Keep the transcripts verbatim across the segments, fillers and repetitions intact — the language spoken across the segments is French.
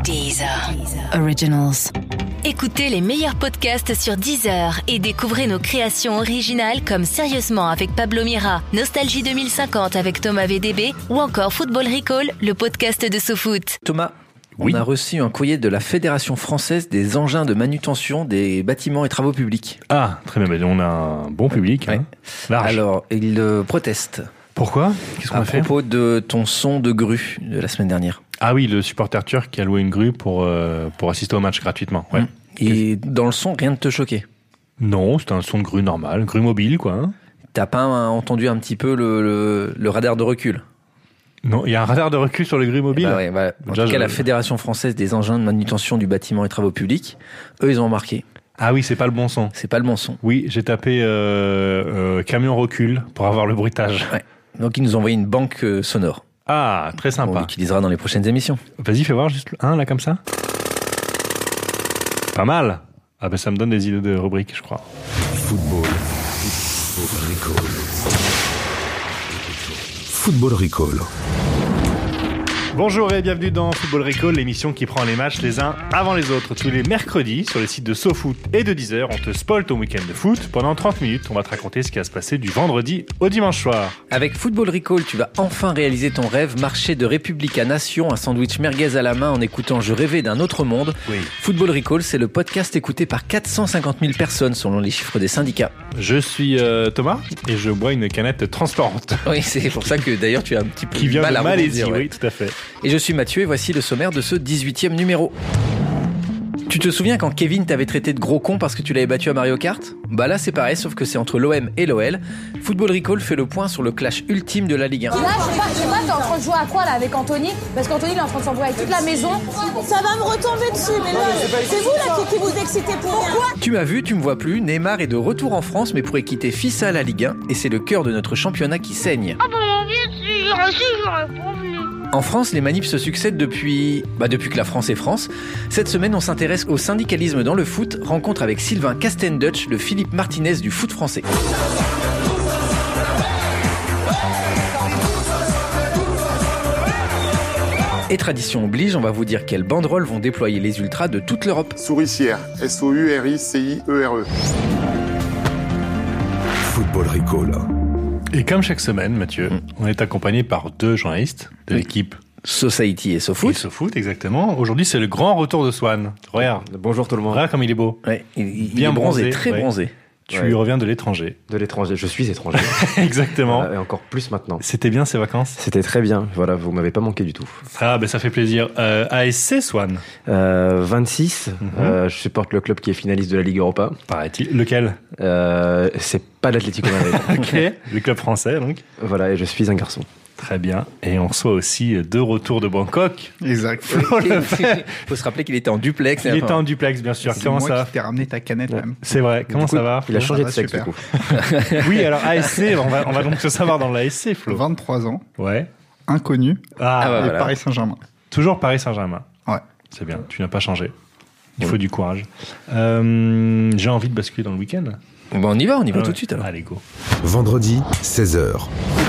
Deezer. Originals. Écoutez les meilleurs podcasts sur Deezer et découvrez nos créations originales comme Sérieusement avec Pablo Mira, Nostalgie deux mille cinquante avec Thomas V D B ou encore Football Recall, le podcast de SoFoot. Thomas, oui. On a reçu un courrier de la Fédération française des engins de manutention des bâtiments et travaux publics. Ah, très bien, on a un bon public. Ouais. Hein. Large. Alors, ils euh, protestent. Pourquoi ? Qu'est-ce qu'on à a fait ? À propos de ton son de grue de la semaine dernière. Ah oui, le supporter turc qui a loué une grue pour, euh, pour assister au match gratuitement. Ouais. Mmh. Et dans le son, rien ne te choquait ? Non, c'était un son de grue normal, grue mobile, quoi. Hein. T'as pas entendu un petit peu le, le, le radar de recul ? Non, il y a un radar de recul sur les grues mobiles. Bah ouais, bah, en Déjà, tout cas, je... la Fédération française des engins de manutention du bâtiment et travaux publics, eux, ils ont remarqué. Ah oui, c'est pas le bon son. C'est pas le bon son. Oui, j'ai tapé euh, euh, camion recul pour avoir le bruitage. Ouais. Donc, ils nous ont envoyé une banque euh, sonore. Ah, très sympa. On l'utilisera dans les prochaines émissions. Vas-y, fais voir juste un, là, comme ça. Pas mal. Ah ben, ça me donne des idées de rubriques, je crois. Football. Football Recall. Football Recall. Bonjour et bienvenue dans Football Recall, l'émission qui prend les matchs les uns avant les autres. Tous les mercredis, sur les sites de SoFoot et de Deezer, on te spoil ton week-end de foot. Pendant trente minutes, on va te raconter ce qui va se passer du vendredi au dimanche soir. Avec Football Recall, tu vas enfin réaliser ton rêve, marcher de République à Nation, un sandwich merguez à la main en écoutant Je rêvais d'un autre monde. Oui. Football Recall, c'est le podcast écouté par quatre cent cinquante mille personnes selon les chiffres des syndicats. Je suis euh, Thomas et je bois une canette transparente. Oui, c'est pour ça que d'ailleurs tu as un petit peu qui vient mal de à Malaisie, rebondir, ouais. Oui, tout à fait. Et je suis Mathieu et voici le sommaire de ce dix-huitième numéro. Tu te souviens quand Kevin t'avait traité de gros con parce que tu l'avais battu à Mario Kart ? Bah là c'est pareil, sauf que c'est entre l'O M et l'O L. Football Recall fait le point sur le clash ultime de la Ligue un. Là, je sais pas, je sais pas, t'es en train de jouer à quoi là avec Anthony ? Parce qu'Anthony il est en train de s'embrouiller avec toute la maison. Ça va me retomber dessus, mais là, c'est vous là qui, qui vous excitez pour Pourquoi ? Tu m'as vu, tu me vois plus, Neymar est de retour en France mais pourrait quitter Fissa à la Ligue un et c'est le cœur de notre championnat qui saigne. Ah bah bien sûr, si j'aurais pas voulu. En France, les manifs se succèdent depuis, bah depuis que la France est France. Cette semaine, on s'intéresse au syndicalisme dans le foot. Rencontre avec Sylvain Castendutch, le Philippe Martinez du foot français. Et tradition oblige, on va vous dire quelles banderoles vont déployer les ultras de toute l'Europe. Souricière, S O U R I C I E R E. Football Recall. Et comme chaque semaine, Mathieu, mmh. on est accompagné par deux journalistes de oui. l'équipe Society et SoFoot. Et SoFoot, exactement. Aujourd'hui, c'est le grand retour de Swan. Regarde. Bonjour tout le monde. Regarde comme il est beau. Ouais, il, il bien est bronzé, bronzé, très ouais. bronzé. Tu ouais. reviens de l'étranger. De l'étranger, je suis étranger. Exactement. Voilà, et encore plus maintenant. C'était bien ces vacances ? C'était très bien, voilà, vous m'avez pas manqué du tout. Ah, ben ça fait plaisir. Euh, A S C, Swan euh, vingt-six, mm-hmm. euh, je supporte le club qui est finaliste de la Ligue Europa. Paraît-il. Lequel ? euh, C'est pas l'Atlético Madrid. Ok, le club français donc. Voilà, et je suis un garçon. Très bien. Et on reçoit aussi deux retours de Bangkok. Exact. Il faut se rappeler qu'il était en duplex. Il était en duplex, bien sûr. C'est Comment moi ça qui t'ai ramené ta canette, ouais. même. C'est vrai. Comment coup, ça va Il a changé ça de sexe, super. du coup. Oui, alors A S C, on va, on va donc se savoir dans l'A S C, Flo. vingt-trois ans, Ouais. inconnu, Ah, Ah bah et voilà. Paris Saint-Germain. Toujours Paris Saint-Germain. Ouais. C'est bien, tu n'as pas changé. Il faut du courage. Euh, j'ai envie de basculer dans le week-end. Bon, on y va, on y va Ah tout ouais. de suite alors. Allez, go. Vendredi, seize heures.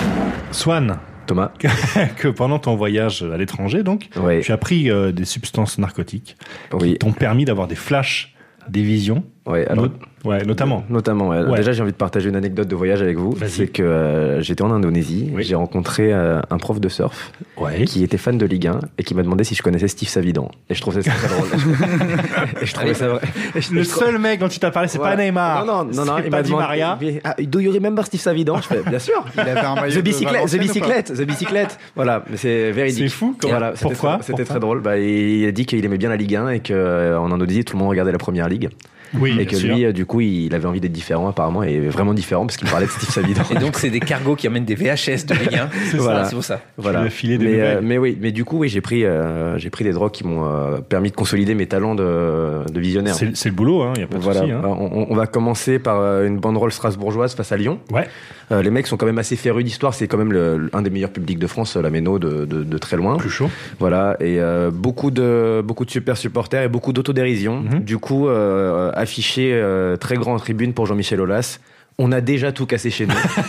Swan, Thomas. que pendant ton voyage à l'étranger, donc, Oui. tu as pris euh, des substances narcotiques Oui. qui t'ont permis d'avoir des flashs, des visions. Ouais, alors, Not- ouais, notamment. Notamment. ouais. Ouais. Déjà, j'ai envie de partager une anecdote de voyage avec vous. Vas-y. C'est que euh, j'étais en Indonésie, Oui. j'ai rencontré euh, un prof de surf Ouais. qui était fan de Ligue un et qui m'a demandé si je connaissais Steve Savidan. Et je trouvais ça très drôle. et je trouvais ça vrai. et je- Le je trou- seul mec dont tu t'as parlé, c'est Voilà. pas Neymar. Non, non, non, non. C'est Il pas m'a Di demandé. Maria. Ah, do you remember Steve Savidan ? Je fais, bien sûr. Il avait un maillot The de bicyclette, the Valenciennes ou pas bicyclette, the bicyclette. Voilà, mais c'est véridique. C'est fou, comment- Voilà, c'était pourquoi très- C'était Pourquoi très drôle. Bah, il a dit qu'il aimait bien la Ligue un et qu'en Indonésie, tout le monde regardait la première ligue. Oui, Et bien que sûr. lui, euh, du coup, il avait envie d'être différent, apparemment, et vraiment différent, parce qu'il parlait de Steve Savidan. Et donc, c'est des cargos qui amènent des V H S de Ligue un. C'est voilà, ça. c'est pour ça. Voilà. lui as filé des mais, nouvelles. euh, mais oui, mais du coup, oui, j'ai pris, euh, j'ai pris des drogues qui m'ont euh, permis de consolider mes talents de, de visionnaire. C'est, c'est le boulot, il hein, n'y a pas de Voilà. souci. Hein. Bah, on, on va commencer par euh, une banderole strasbourgeoise face à Lyon. Ouais. Euh, les mecs sont quand même assez férus d'histoire. C'est quand même le, un des meilleurs publics de France, la Méno, de, de, de très loin. Plus chaud. Voilà. Et euh, beaucoup de beaucoup de super supporters et beaucoup d'autodérision. Mm-hmm. Du coup, euh, affiché euh, très grand en tribune pour Jean-Michel Aulas. On a déjà tout cassé chez nous.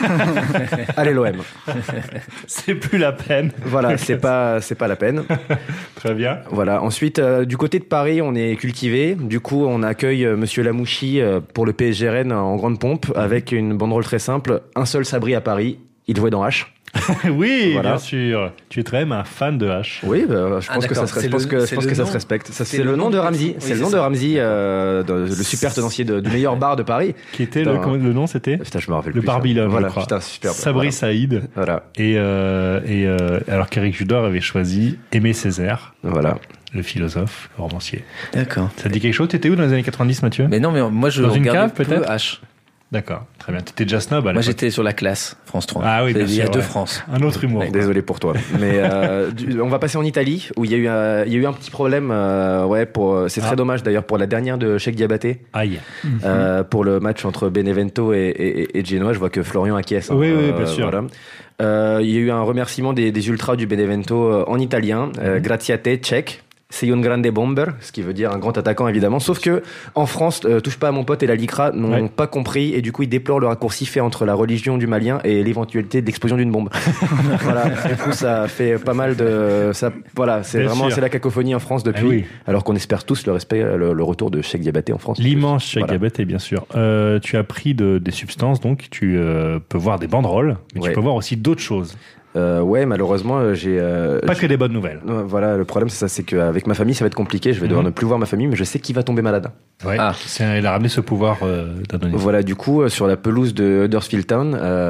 Allez l'O M. C'est plus la peine. Voilà, c'est pas, c'est pas la peine. Très bien. Voilà. Ensuite, euh, du côté de Paris, on est cultivé. Du coup, on accueille euh, Monsieur Lamouchi euh, pour le P S G Rennes en grande pompe avec une banderole très simple. Un seul Sabri à Paris. Il jouait dans H. Oui, voilà. Bien sûr. Tu es très même un fan de H. Oui, bah, je pense ah, que ça se, je pense le, que, je pense que ça se respecte. Ça, c'est, c'est le nom de Ramsey. C'est, c'est le nom de Ramsey, euh, de, le super tenancier de, du meilleur bar de Paris. Qui était le, comment, le nom, c'était Putain, je me rappelle le plus. Barbie Love, voilà, je crois. Putain, super. Sabri voilà. Saïd. Voilà. Et, euh, et euh, alors qu'Éric Judor avait choisi Aimé Césaire. Voilà. Le philosophe, le romancier. D'accord. Ça te dit quelque chose? T'étais où dans les années quatre-vingt-dix, Mathieu? Mais non, mais moi je dans une regardais cave, peut-être H. D'accord, très bien. T'étais déjà snob à l'époque. Moi j'étais sur la classe, France trois. Ah oui, bien Il y a sûr, deux ouais. France. Un autre humour. Ouais, désolé pour toi. Mais euh, du, on va passer en Italie où il y a eu un, il y a eu un petit problème. Euh, ouais, pour c'est très ah. dommage d'ailleurs pour la dernière de Cheikh Diabaté. Aïe. Euh, pour le match entre Benevento et, et, et Genoa, je vois que Florian acquiesce. Hein. Oui, oui, euh, bien sûr. Voilà. Euh, il y a eu un remerciement des, des ultras du Benevento euh, en italien. Euh, Grazie a te, Cheikh. C'est un grande bomber, ce qui veut dire un grand attaquant évidemment. Sauf que en France, euh, touche pas à mon pote et la Licra n'ont ouais. pas compris et du coup ils déplorent le raccourci fait entre la religion du Malien et l'éventualité de l'explosion d'une bombe. Voilà. Du coup ça fait pas mal de, ça, voilà, c'est bien vraiment sûr. C'est la cacophonie en France depuis. Eh oui. Alors qu'on espère tous le respect, le, le retour de Cheikh Diabaté en France. L'immense Cheikh voilà. Diabaté, bien sûr. Euh, tu as pris de, des substances, donc tu euh, peux voir des banderoles, mais ouais. tu peux voir aussi d'autres choses. Euh, ouais, malheureusement, j'ai... Euh, pas j'ai... que des bonnes nouvelles. Euh, voilà, le problème, c'est ça, c'est qu'avec ma famille, ça va être compliqué. Je vais devoir mmh. ne plus voir ma famille, mais je sais qui va tomber malade. Ouais, ah. c'est, il a ramené ce pouvoir euh, d'Adonis. Voilà, du coup, euh, sur la pelouse de Huddersfield Town,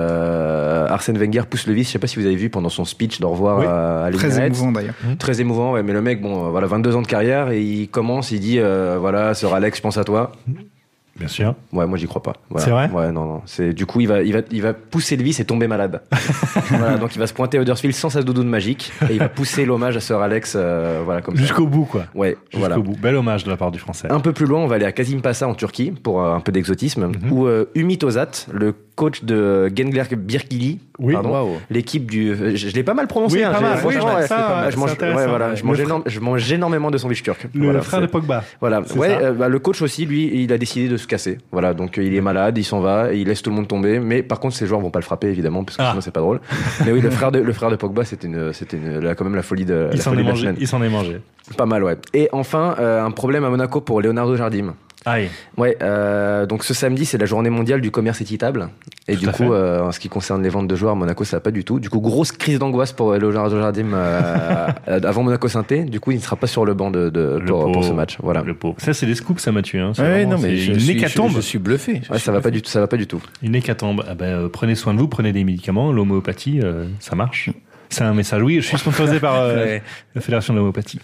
euh, Arsène Wenger pousse le vice. Je sais pas si vous avez vu pendant son speech d'au revoir oui. à, à l'Emirates. Très émouvant, d'ailleurs. Mmh. Très émouvant, ouais. Mais le mec, bon, voilà, vingt-deux ans de carrière, et il commence, il dit, euh, voilà, Sir Alex, je pense à toi. Mmh. Bien sûr. Ouais, moi j'y crois pas. Voilà. C'est vrai? Ouais, non, non. C'est du coup il va, il va, il va pousser le vice et tomber malade. Voilà, donc il va se pointer à Huddersfield sans sa doudoune magique et il va pousser l'hommage à Sir Alex, euh, voilà comme jusqu'au ça. bout quoi. Ouais, jusqu'au voilà. bout. Bel hommage de la part du Français. Un peu plus loin, on va aller à Kasimpasa en Turquie pour euh, un peu d'exotisme, mm-hmm. où euh, Ümit Özat, le coach de Gençler Birkili, oui. pardon, wow. l'équipe du, je, je l'ai pas mal prononcé. Oui, hein, pas mal. Oui, ouais, ça, pas mal. Je mange, ouais, voilà, je mange, frère... énorme, je mange énormément de sandwich turc. Le voilà, frère c'est... de Pogba. Voilà. C'est ouais, euh, bah, le coach aussi, lui, il a décidé de se casser. Voilà, donc il est malade, il s'en va, et il laisse tout le monde tomber. Mais par contre, ces joueurs vont pas le frapper évidemment, parce que ah. sinon c'est pas drôle. Mais oui, le frère de le frère de Pogba, c'était une, c'était une, là, quand même la folie de. Il la s'en folie est de mangé. Il s'en est mangé. Pas mal, ouais. Et enfin, euh, un problème à Monaco pour Leonardo Jardim. Aïe. Ouais, euh, donc ce samedi, c'est la journée mondiale du commerce équitable. Et tout du coup, euh, en ce qui concerne les ventes de joueurs, Monaco, ça va pas du tout. Du coup, grosse crise d'angoisse pour Leonardo Jardim euh, avant Monaco-Sainté. Du coup, il ne sera pas sur le banc de, de, pour, pauvre, pour ce match. Voilà. Le pauvre. Ça, c'est des scoops, ça, Mathieu. Hein. Ouais, vraiment, non, mais c'est je une suis, hécatombe. Je, je suis bluffé. Je ouais, suis ça bluffé. va pas du tout. Ça va pas du tout. Une hécatombe. Ah ben, euh, prenez soin de vous, prenez des médicaments. L'homéopathie, euh, ça marche. C'est un message. Oui, je suis sponsorisé par euh, ouais. la Fédération de l'homéopathie.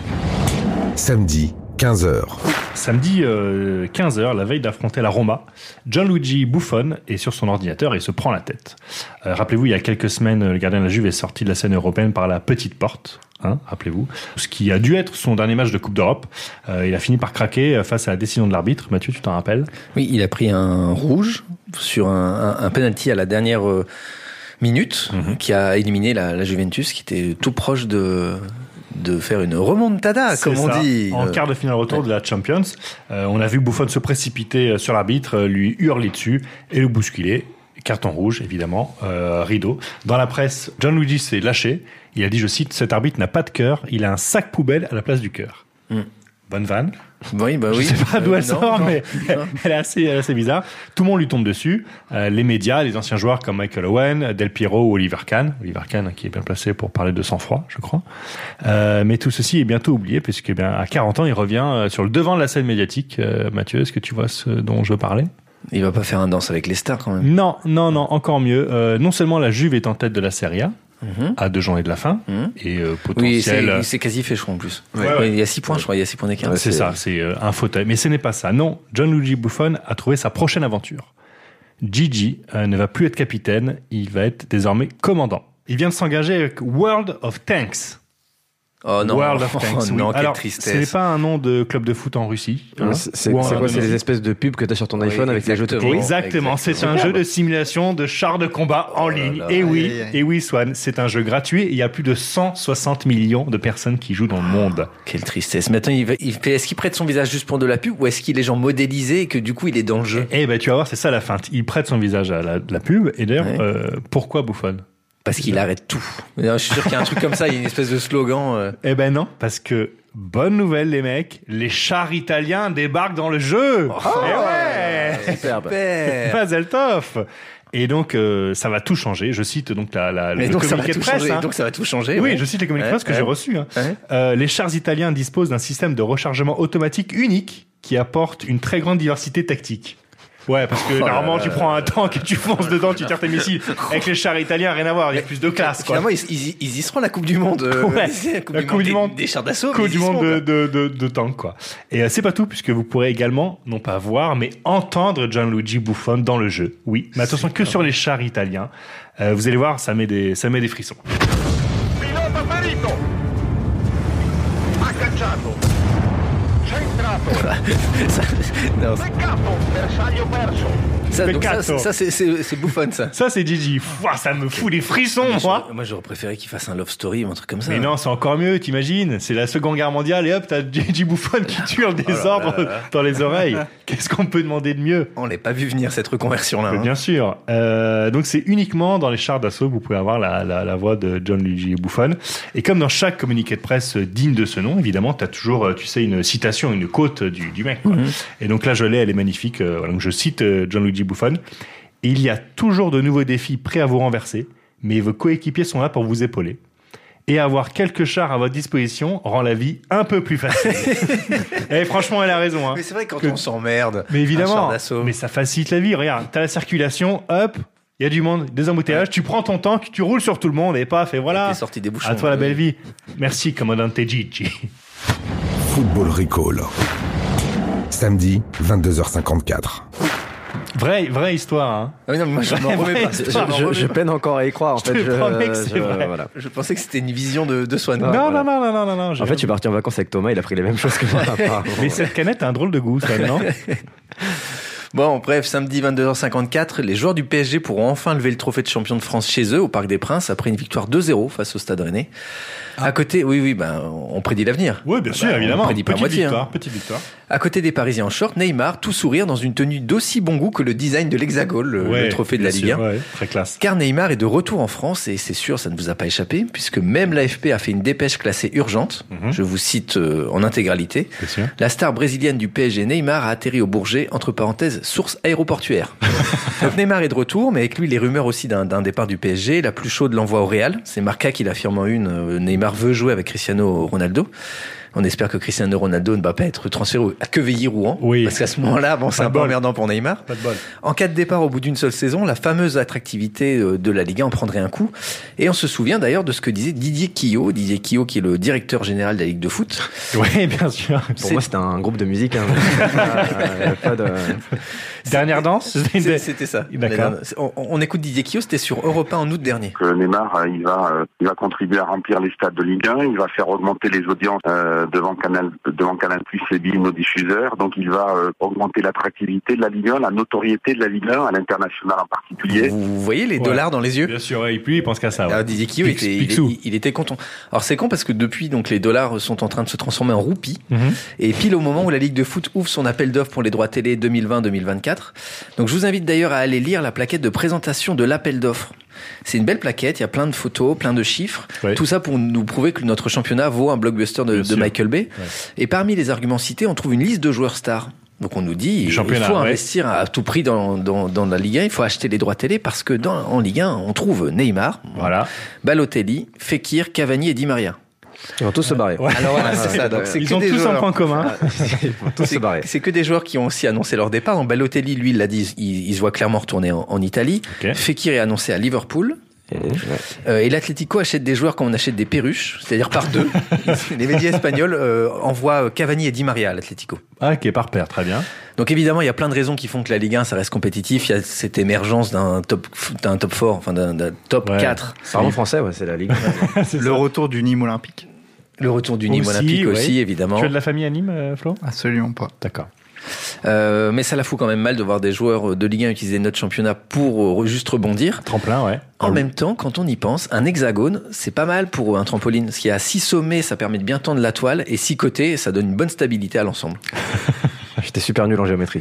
Samedi, quinze heures. Samedi euh, quinze heures, la veille d'affronter la Roma, Gianluigi Buffon est sur son ordinateur et se prend la tête. Euh, rappelez-vous, il y a quelques semaines, le gardien de la Juve est sorti de la scène européenne par la petite porte. Hein, rappelez-vous, ce qui a dû être son dernier match de Coupe d'Europe. Euh, il a fini par craquer face à la décision de l'arbitre. Mathieu, tu t'en rappelles? Oui, il a pris un rouge sur un, un, un penalty à la dernière euh, minute mm-hmm. qui a éliminé la, la Juventus, qui était tout proche de... de faire une remontada, c'est comme ça. on dit. En quart de finale retour ouais. de la Champions, euh, on a vu Buffon se précipiter sur l'arbitre, lui hurler dessus et le bousculer. Carton rouge, évidemment, euh, rideau. Dans la presse, Gianluigi s'est lâché. Il a dit, je cite, cet arbitre n'a pas de cœur, il a un sac poubelle à la place du cœur. Mm. Bonne vanne. Oui, bah oui. Je sais pas d'où elle euh, sort, non, mais non. elle est assez, elle est assez bizarre. Tout le monde lui tombe dessus. Euh, les médias, les anciens joueurs comme Michael Owen, Del Piero ou Oliver Kahn. Oliver Kahn qui est bien placé pour parler de sang-froid, je crois. Euh, mais tout ceci est bientôt oublié puisque bien à quarante ans, il revient sur le devant de la scène médiatique. Euh, Mathieu, est-ce que tu vois ce dont je veux parler? Il va pas faire un danse avec les stars quand même. Non, non, non, encore mieux. Euh, non seulement la Juve est en tête de la Serie A, Mm-hmm. à deux journées de la fin mm-hmm. et euh, potentiel. Oui, c'est, c'est quasi fait, je crois en plus. Ouais. Ouais, ouais. Il y a six points, ouais. je crois. Il y a six points d'écart. Ouais, c'est, c'est ça, c'est euh, un fauteuil. Mais ce n'est pas ça. Non, Gianluigi Buffon a trouvé sa prochaine aventure. Gigi euh, ne va plus être capitaine, il va être désormais commandant. Il vient de s'engager avec World of Tanks. Oh non, World of Tanks. oh, oui. non, quelle Alors, tristesse. ce n'est pas un nom de club de foot en Russie. Hein c'est c'est, c'est quoi? C'est des espèces de pubs que tu as sur ton Oui, iPhone avec les jeux de exactement. course. Exactement, c'est un jeu de simulation de chars de combat en Oh là ligne. là. Et oui, Aïe, aïe, aïe. et oui, Swan, c'est un jeu gratuit. Et il y a plus de cent soixante millions de personnes qui jouent dans le monde. Quelle tristesse. Maintenant, il va, il fait, est-ce qu'il prête son visage juste pour de la pub ou est-ce qu'il est genre modélisé et que du coup il est dans le jeu? Eh ben, tu vas voir, c'est ça la feinte. Il prête son visage à la, la pub. Et d'ailleurs, Ouais. euh, pourquoi Buffon? Parce qu'il arrête tout. Je suis sûr qu'il y a un truc comme ça, il y a une espèce de slogan. euh. Eh ben non, parce que bonne nouvelle les mecs, les chars italiens débarquent dans le jeu. Oh, eh ouais, Superbe. Super. Mazel tov. Et donc euh, ça va tout changer. Je cite donc la, la Mais le donc ça, va communiqué tout de presse. changer. hein. donc ça va tout changer. Oui, ouais. je cite les communiqués de Ouais, presse que ouais. j'ai reçus. hein. Ouais. Euh, les chars italiens disposent d'un système de rechargement automatique unique qui apporte une très grande diversité tactique. Ouais, parce que Oh là normalement là tu là prends là un tank et tu fonces dedans, tu tires tes missiles. Avec les chars italiens, rien à voir, il y a plus de classe. Quoi. Finalement, ils, ils, ils y seront la Coupe du Monde. euh, Ouais. la Coupe, La du, Coupe monde du des, Monde. des chars d'assaut. mais Coupe ils du y monde seront, de, quoi. de, de, de tank, quoi. Et euh, c'est pas tout, puisque vous pourrez également, non pas voir, mais entendre Gianluigi Buffon dans le jeu. Oui, mais attention que sur les chars italiens. Euh, vous allez voir, ça met des, ça met des frissons. Pilota ferito. Agganciato. Centrato. Ça, non, Peccato. Bersaglio perso. ça, donc ça, Peccato. ça, c'est, c'est, c'est Buffon, ça. Ça, c'est Gigi. Fouah, ça me fout des frissons, moi. J'aurais- moi, j'aurais préféré qu'il fasse un love story ou un truc comme ça. Mais non, c'est encore mieux, t'imagines. C'est la Seconde Guerre mondiale et hop, t'as Gigi Buffon qui tue le désordre dans les oreilles. Qu'est-ce qu'on peut demander de mieux? On l'a pas vu venir cette reconversion-là. Mais hein. bien sûr. Euh, donc c'est uniquement dans les chars d'assaut que vous pouvez avoir la, la, la voix de Gianluigi Buffon. Et comme dans chaque communiqué de presse digne de ce nom, évidemment, tu as toujours, euh, tu sais, une citation, une quote du, du mec. Quoi. Mm-hmm. Et donc là, je l'ai, elle est magnifique. Euh, voilà, donc je cite euh, Gianluigi Buffon. Il y a toujours de nouveaux défis prêts à vous renverser, mais vos coéquipiers sont là pour vous épauler. Et avoir quelques chars à votre disposition rend la vie un peu plus facile. Et franchement, elle a raison. Hein. Mais c'est vrai que quand Que- on s'emmerde. Mais un évidemment, char d'assaut. mais ça facilite la vie. Regarde, t'as la circulation, hop, il y a du monde, des embouteillages, tu prends ton tank, tu roules sur tout le monde et paf, et voilà. T'es sorti des bouchons. À toi la Oui. belle vie. Merci, commandante Gigi. Football Recall. Samedi, vingt-deux heures cinquante-quatre. Vraie, vraie histoire. Hein. Ah oui, non, mais moi, je m'en remets pas. Je, Je m'en je- remets je pas. peine encore à y croire. En Je fait, te je, promets que c'est je- vrai. voilà. Je pensais que c'était une vision de, de Swan. Non, Ah, non, voilà. non, non, non, non, non. j'ai- En fait, je suis parti en vacances avec Thomas, il a pris les mêmes choses que moi. apparemment. Mais cette canette a un drôle de goût, ça, non? Bon, bref, samedi vingt-deux heures cinquante-quatre, les joueurs du P S G pourront enfin lever le trophée de champion de France chez eux, au Parc des Princes, après une victoire deux zéro face au Stade Rennais. À côté, oui, oui, ben, on prédit l'avenir. Oui, bien Ah sûr, bah, évidemment. On prédit pas à Petite moitié. victoire, hein. petite victoire. À côté des Parisiens en short, Neymar, tout sourire dans une tenue d'aussi bon goût que le design de l'Hexagone, le, Ouais, le trophée de la bien Ligue sûr, un. ouais, très classe. Car Neymar est de retour en France, et c'est sûr, ça ne vous a pas échappé, puisque même l'A F P a fait une dépêche classée urgente. Mhm. Je vous cite euh, en intégralité. Bien sûr. La star brésilienne du P S G, Neymar, a atterri au Bourget, entre parenthèses, source aéroportuaire. Donc Neymar est de retour, mais avec lui les rumeurs aussi d'un, d'un départ du P S G. La plus chaude l'envoie au Real. C'est Marca qui l'affirme en une. euh, Neymar veut jouer avec Cristiano Ronaldo. On espère que Cristiano Ronaldo ne va pas être transféré à Quevilly-Rouen. Oui. Parce qu'à ce moment-là, bon, c'est Pas un de peu bol. emmerdant pour Neymar. Pas de bol. En cas de départ au bout d'une seule saison, la fameuse attractivité de la Ligue un en prendrait un coup. Et on se souvient d'ailleurs de ce que disait Didier Quillot. Didier Quillot qui est le directeur général de la Ligue de foot. Oui, bien sûr. Pour C'est- moi, c'était un groupe de musique. Hein. Euh, pas de... Dernière danse? C'est- C'était ça. D'accord. On, on écoute Didier Quillot, c'était sur Europe un en août dernier. Que Neymar, euh, il va, euh, il va contribuer à remplir les stades de Ligue un. Il va faire augmenter les audiences euh, devant Canal, devant Canal Plus et B I, nos diffuseurs. Donc, il va euh, augmenter l'attractivité de la Ligue un, la notoriété de la Ligue un, à l'international en particulier. Vous voyez les Ouais. dollars dans les yeux? Bien sûr, ouais, et puis il pense qu'à ça. Ouais. Alors Didier Quillot Pix- était, il, Pixou. il- il était content. Alors c'est con parce que depuis donc les dollars sont en train de se transformer en roupies. Mhm. Et pile au moment où la Ligue de foot ouvre son appel d'offres pour les droits télé deux mille vingt deux mille vingt-quatre. Donc je vous invite d'ailleurs à aller lire la plaquette de présentation de l'appel d'offres. C'est une belle plaquette, il y a plein de photos, plein de chiffres. Ouais. Tout ça pour nous prouver que notre championnat vaut un blockbuster de, Bien de sûr. Michael Bay. Ouais. Et parmi les arguments cités, on trouve une liste de joueurs stars. Donc on nous dit, il championnat, faut ouais. investir à tout prix dans, dans, dans la Ligue un, il faut acheter les droits télé parce que dans, en Ligue un, on trouve Neymar, Voilà. Balotelli, Fekir, Cavani et Di Maria. Ils vont tous se barrer. Ouais. Alors voilà, c'est ça. Donc c'est Ils que ont des tous joueurs. un point commun. Ils vont tous se C'est, barrer. c'est que des joueurs qui ont aussi annoncé leur départ. Donc Balotelli, lui, il l'a dit, il, il se voit clairement retourner en, en Italie. Ok. Fekir est annoncé à Liverpool. Et, ouais. Euh, et l'Atlético achète des joueurs comme on achète des perruches, c'est-à-dire par deux. Les médias espagnols euh, envoient Cavani et Di Maria à l'Atlético. Ah, ok, par paire, très bien. Donc évidemment, il y a plein de raisons qui font que la Ligue un, ça reste compétitif. Il y a cette émergence d'un top, d'un top quatre, enfin d'un, d'un top Ouais. quatre. Parlons français, ouais, c'est la Ligue. C'est Le ça. retour du Nîmes olympique. Le retour du Nîmes Aussi, olympique ouais. aussi, évidemment. Tu as de la famille à Nîmes, euh, Flo? Absolument pas. D'accord. Euh, mais ça la fout quand même mal de voir des joueurs de Ligue un utiliser notre championnat pour euh, juste rebondir. Tremplin, ouais. En même temps, quand on y pense, un hexagone, c'est pas mal pour un trampoline. Parce qu'il y a six sommets, ça permet de bien tendre la toile, et six côtés, ça donne une bonne stabilité à l'ensemble. J'étais super nul en géométrie.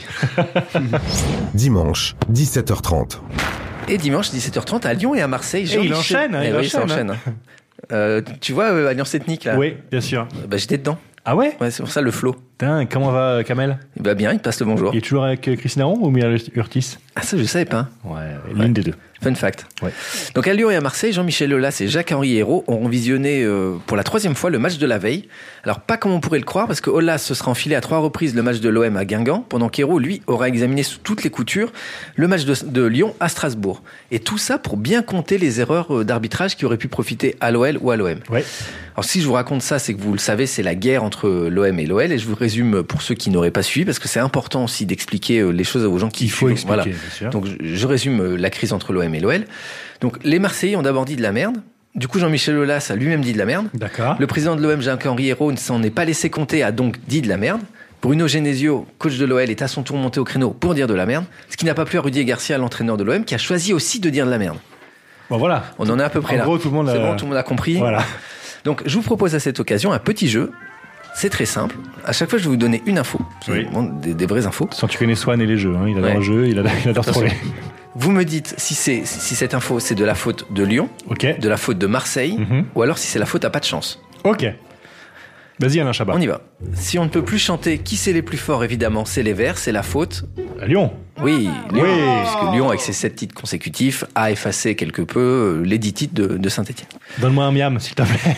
Dimanche, dix-sept heures trente. Et dimanche, dix-sept heures trente, à Lyon et à Marseille. Et il Jean-Michel- enchaîne, hein, Eh il oui, ça enchaîne, enchaîne. Euh, tu vois, euh, Alliance Ethnique, là. Oui, bien sûr. Bah, j'étais dedans. Ah ouais? Ouais, c'est pour ça le flow. Putain, comment va Kamel? Il va bien, il te passe le bonjour. Il est toujours avec euh, Christine Aron ou Mireille Urtis? Ah, ça, je savais pas. Ouais, l'une des deux. Fun fact. Ouais. Donc à Lyon et à Marseille, Jean-Michel Aulas et Jacques-Henri Hérault auront visionné euh, pour la troisième fois le match de la veille. Alors pas comme on pourrait le croire, parce que Aulas se sera enfilé à trois reprises le match de l'O M à Guingamp, pendant qu'Hérault, lui, aura examiné sous toutes les coutures le match de, de Lyon à Strasbourg. Et tout ça pour bien compter les erreurs d'arbitrage qui auraient pu profiter à l'O L ou à l'O M. Ouais. Alors si je vous raconte ça, c'est que vous le savez, c'est la guerre entre l'O M et l'O L, et je vous résume pour ceux qui n'auraient pas suivi, parce que c'est important aussi d'expliquer les choses aux gens qui Il faut suivent. expliquer, Voilà. bien sûr. Donc je, je résume la crise entre l'O M et l'O L. Donc les Marseillais ont d'abord dit de la merde. Du coup, Jean-Michel Aulas a lui-même dit de la merde. D'accord. Le président de l'O M, Jacques-Henri Hérault, ne s'en est pas laissé compter, a donc dit de la merde. Bruno Genesio, coach de l'O L, est à son tour monté au créneau pour dire de la merde. Ce qui n'a pas plu à Rudy Garcia, l'entraîneur de l'O M, qui a choisi aussi de dire de la merde. Bon, voilà. On en est à peu près En là. gros, tout le monde a- C'est bon, tout le monde a compris. Voilà. Donc, je vous propose à cette occasion un petit jeu. C'est très simple. À chaque fois, je vais vous donner une info. C'est Oui. vraiment des, des vraies infos. Sans tu connais Swan et les jeux, hein. Il adore Ouais. le jeu, il adore, il adore Attention. troller. Vous me dites si, c'est, si cette info, c'est de la faute de Lyon, Ok. de la faute de Marseille, Mhm. ou alors si c'est la faute à pas de chance. Ok. Vas-y, Alain Chabat. On y va. Si on ne peut plus chanter qui c'est les plus forts, évidemment, c'est les Verts, c'est la faute. À Lyon. Oui, Lyon. Oui. Puisque Lyon, avec ses sept titres consécutifs, a effacé quelque peu euh, les dix titres de, de Saint-Etienne. Donne-moi un miam, s'il te plaît.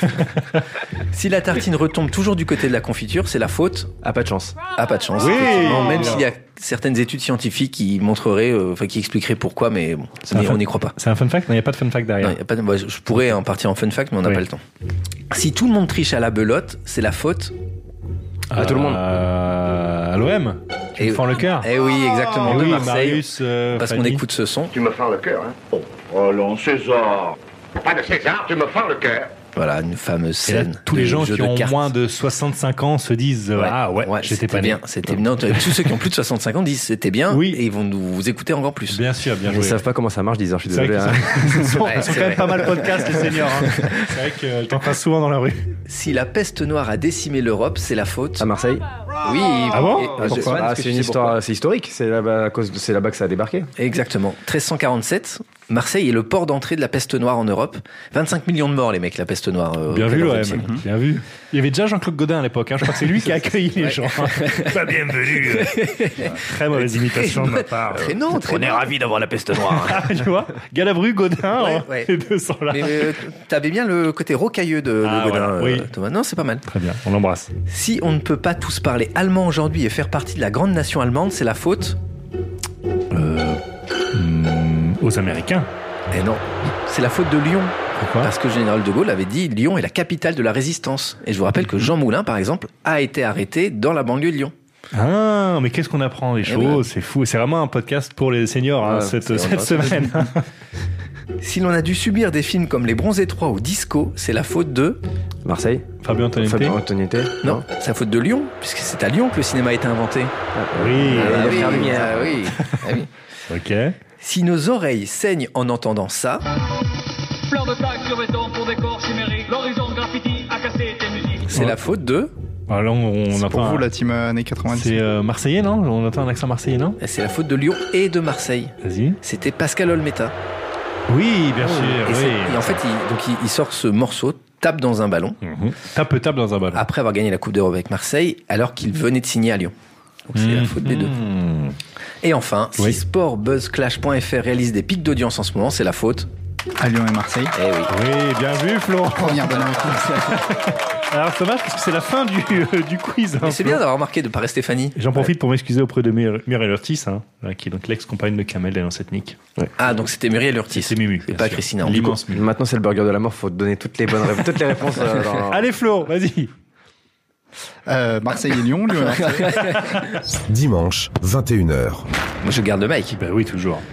Si la tartine retombe toujours du côté de la confiture, c'est la faute Ah, pas de chance. à pas de chance. Oui. effectivement, même s'il y a certaines études scientifiques qui montreraient, euh, enfin qui expliqueraient pourquoi, mais bon, C'est un on fun- n'y croit pas. C'est un fun fact? Non, il n'y a pas de fun fact derrière. Non, y a pas de- moi, je je pourrais en partir en fun fact, mais on n'a Oui. pas le temps. Si tout le monde triche à la belote, c'est la faute. À tout le monde. Euh, à l'O M. Tu Et- me fends le cœur. Eh oui, exactement, Eh de oui, Marseille. Marius, euh, Parce qu'on Fanny. écoute ce son. Tu me fends le cœur, hein? Oh, allons, César. Pas de César, tu me fends le cœur. Voilà, une fameuse Et là, scène. tous les de gens jeu qui de ont cartes. moins de soixante-cinq ans se disent euh, ah ouais, j'étais c'était pas né. bien. C'était non, tous ceux qui ont plus de soixante-cinq ans disent c'était bien. Oui. Et ils vont nous vous écouter encore plus. Bien sûr, bien Ils joué. savent pas comment ça marche, disent, je suis C'est vrai désolé. qu'ils hein. sont, Ouais, ils sont c'est quand même vrai. pas mal podcast, les seniors. Hein. C'est vrai que t'en passes souvent dans la rue. Si la peste noire a décimé l'Europe, c'est la faute. À Marseille. Oui. Ah bon Et- Pourquoi je- Swan, Ah, est-ce que c'est tu une sais pourquoi histoire, c'est historique. C'est là-bas, à cause de- c'est là-bas que ça a débarqué. Exactement. treize cent quarante-sept, Marseille est le port d'entrée de la peste noire en Europe. vingt-cinq millions de morts, les mecs, la peste noire. euh, Bien au vu, XIVe ouais, siècle. bien vu. Il y avait déjà Jean-Claude Godin à l'époque. Hein. Je crois que c'est lui qui a accueilli les Ouais. gens. Pas bienvenue. Très mauvaise imitation de ma part. Très non, très On est non. ravis d'avoir la peste noire. Ah, tu vois, Galabru, Godin, Ouais, hein, ouais. les deux sont là. Mais euh, t'avais bien le côté rocailleux de, de Ah, Godin, voilà, euh, oui. Thomas. Non, c'est pas mal. Très bien, on l'embrasse. Si on ne peut pas tous parler allemand aujourd'hui et faire partie de la grande nation allemande, c'est la faute. Hmm, aux Américains. Eh non, c'est la faute de Lyon. Pourquoi? Parce que le général de Gaulle avait dit Lyon est la capitale de la résistance. Et je vous rappelle que Jean Moulin, par exemple, a été arrêté dans la banlieue de Lyon. Ah, mais qu'est-ce qu'on apprend des Eh choses, ben. c'est fou. C'est vraiment un podcast pour les seniors hein, Ouais, cette, c'est cette vraiment semaine. Si l'on a dû subir des films comme Les Bronzés trois ou Disco, c'est la faute de... Marseille. Fabien Antonetti. Fabien Antonetti. Non, c'est la faute de Lyon, puisque c'est à Lyon que le cinéma a été inventé. Oui. Ah, Ah oui, frères Lumière. ah oui, ah oui. Ok. Si nos oreilles saignent en entendant ça, Fleur de sac sur béton pour décor chimérique. L'horizon graffiti a cassé tes musiques. c'est Ouais. la faute de... Alors là, on, on C'est entend. pour vous un- la team euh, années quatre-vingt-dix. C'est euh, marseillais, non? On entend un accent marseillais, non? C'est la faute de Lyon et de Marseille. Vas-y. C'était Pascal Olmeta. Oui, bien Et, sûr. c'est- Oui. et en fait, il, donc il, il sort ce morceau, tape dans un ballon, Mhm. Tape, tape dans un ballon. après avoir gagné la Coupe d'Europe avec Marseille, alors qu'il venait de signer à Lyon. Donc c'est la faute des deux. Mhm. Et enfin, Oui. si sportbuzzclash point f r réalise des pics d'audience en ce moment, c'est la faute. À Lyon et Marseille. Eh oui. Oui, bien vu, Flo. Première bonne réponse. Alors, c'est dommage parce que c'est la fin du, euh, du quiz. hein, Mais c'est Flo. bien d'avoir remarqué de pas rester Fanny. J'en profite pour m'excuser auprès de Mir- Mireille Urtis, hein, euh, qui est donc l'ex-compagne de Kamel d'Alliance Ethnique. Ah, donc c'était Muriel Urtis. C'est Mimu. C'est bien pas sûr. Christina. Du coup, L'immense Mimu. Maintenant, c'est le burger de la mort. Faut te donner toutes les bonnes réponses, toutes les réponses. euh, dans- Allez, Flo, vas-y. Euh, Marseille et Lyon, Lyon et Marseille. Dimanche, vingt et une heures. moi je garde le Mike. Ben oui, toujours.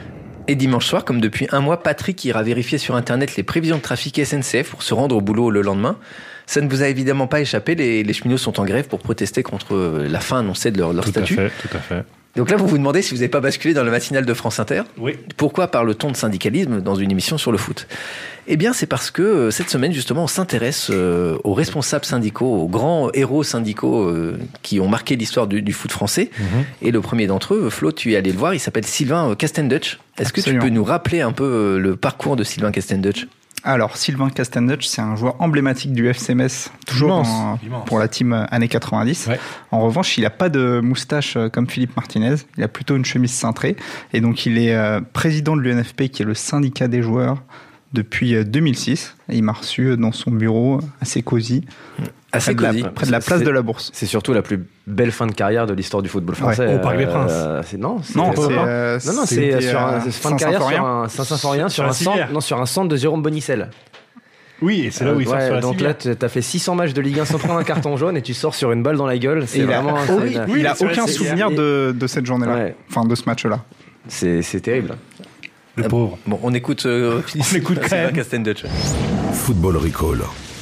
Et dimanche soir, comme depuis un mois, Patrick ira vérifier sur Internet les prévisions de trafic S N C F pour se rendre au boulot le lendemain. Ça ne vous a évidemment pas échappé, les, les cheminots sont en grève pour protester contre la fin annoncée de leur, leur tout statut. Tout à fait, tout à fait. Donc là, vous vous demandez si vous n'avez pas basculé dans le matinal de France Inter. Oui. Pourquoi parle-t-on de syndicalisme dans une émission sur le foot ? Eh bien, c'est parce que cette semaine, justement, on s'intéresse aux responsables syndicaux, aux grands héros syndicaux qui ont marqué l'histoire du, du foot français. Mm-hmm. Et le premier d'entre eux, Flo, tu es allé le voir, il s'appelle Sylvain Castendutch. Est-ce Absolument. que tu peux nous rappeler un peu le parcours de Sylvain Castendutch ? Alors, Sylvain Castendutch, c'est un joueur emblématique du F C Metz, toujours dans, pour la team années quatre-vingt-dix. Ouais. En revanche, il n'a pas de moustache comme Philippe Martinez, il a plutôt une chemise cintrée. Et donc, il est euh, président de l'U N F P, qui est le syndicat des joueurs, depuis deux mille six. Et il m'a reçu dans son bureau, assez cosy, assez près, cosy. De la, près de la place c'est, de la Bourse. C'est surtout la plus belle fin de carrière de l'histoire du football français. Ouais, au Parc des Princes. Euh, c'est, non, c'est, non, c'est, c'est, euh, non, non, c'est, sur un, c'est fin de carrière sur un Saint-Symphorien, sur, sur, un centre, non, sur un centre de Jérôme Bonicel. Oui, et c'est là où il sort ouais, sur la donc civière. là, t'as fait six cents matchs de Ligue un sans prendre un carton jaune et tu sors sur une balle dans la gueule. C'est et vraiment. Il a, c'est oui, une... oui, il a aucun c'est, souvenir c'est... de, de cette journée-là. Ouais. Enfin, de ce match-là. C'est, c'est terrible. Le pauvre. Bon, on écoute. Euh, on écoute quand même. Castendutch. Football Recall.